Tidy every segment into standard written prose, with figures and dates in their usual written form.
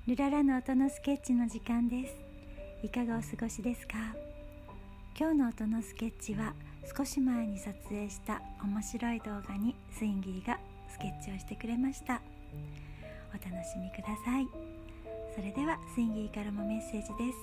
ルララの音のスケッチの時間です。いかがお過ごしですか？今日の音のスケッチは少し前に撮影した面白い動画にスインギーがスケッチをしてくれました。お楽しみください。それではスインギーからもメッセージです。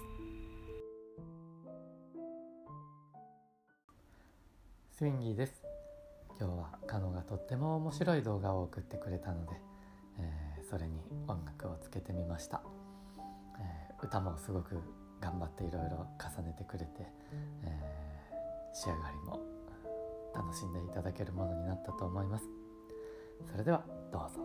スインギーです。今日はカノがとっても面白い動画を送ってくれたので、それに音楽をつけてみました。歌もすごく頑張っていろいろ重ねてくれて、仕上がりも楽しんでいただけるものになったと思います。それではどうぞ。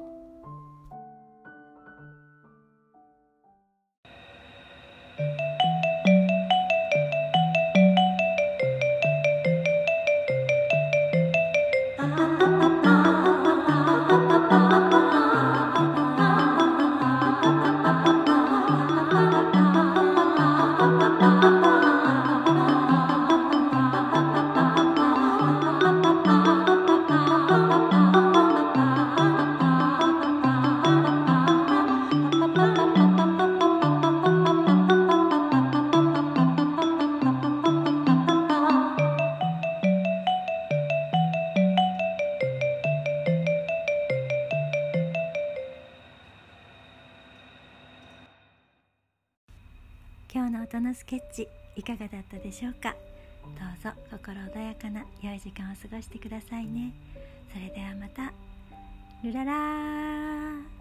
今日の音のスケッチいかがだったでしょうか？どうぞ心穏やかな良い時間を過ごしてくださいね。それではまた。ルララー。